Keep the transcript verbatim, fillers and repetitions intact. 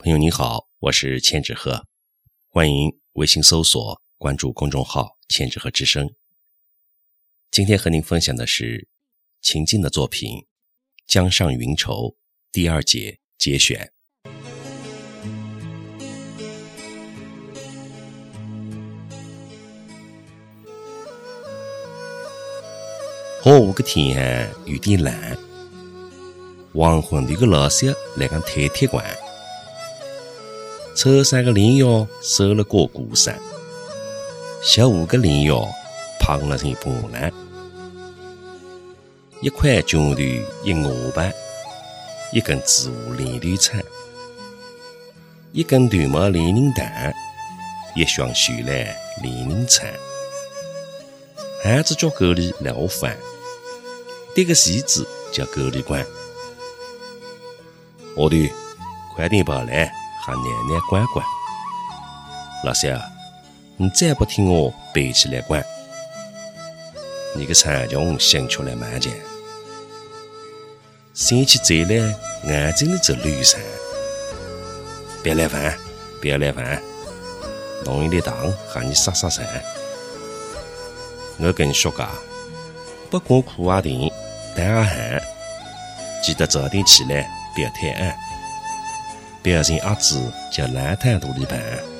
朋友你好，我是千纸鹤，欢迎微信搜索关注公众号千纸鹤之声。今天和您分享的是秦晋的作品《江上云愁》第二节节选。下午个天有点蓝，黄昏头个老小来讲太铁管，抽山个林腰守了过鼓山，小五个林腰胖了成半篮，一块姜头一鹅板，一根紫胡连头餐，一根断毛连人蛋，一双绣来连人餐。汉子叫狗里来学饭，这个戏子叫狗里关。下头快点跑来喊奶奶关关。老小，你再不听我背起来关，你个残穷生出来蛮强，生起嘴来眼睛里只绿山。别来烦，别来烦，弄一粒糖喊你杀杀馋。我跟说噶，不管苦也甜，淡也寒，记得早点起来，不要太暗，不要像鸭子叫烂摊肚里盘。